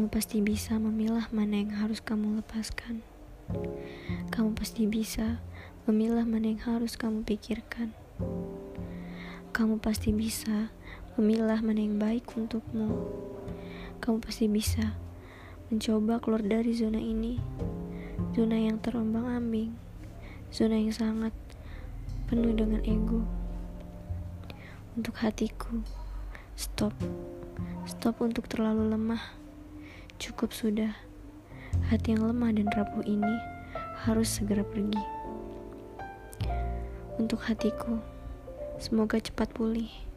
Kamu pasti bisa memilah mana yang harus kamu lepaskan. Kamu pasti bisa memilah mana yang harus kamu pikirkan. Kamu pasti bisa memilah mana yang baik untukmu. Kamu pasti bisa mencoba keluar dari zona ini, zona yang terombang-ambing, zona yang sangat penuh dengan ego. Untuk hatiku, stop untuk terlalu lemah. Cukup sudah, hati yang lemah dan rapuh ini harus segera pergi. Untuk hatiku, semoga cepat pulih.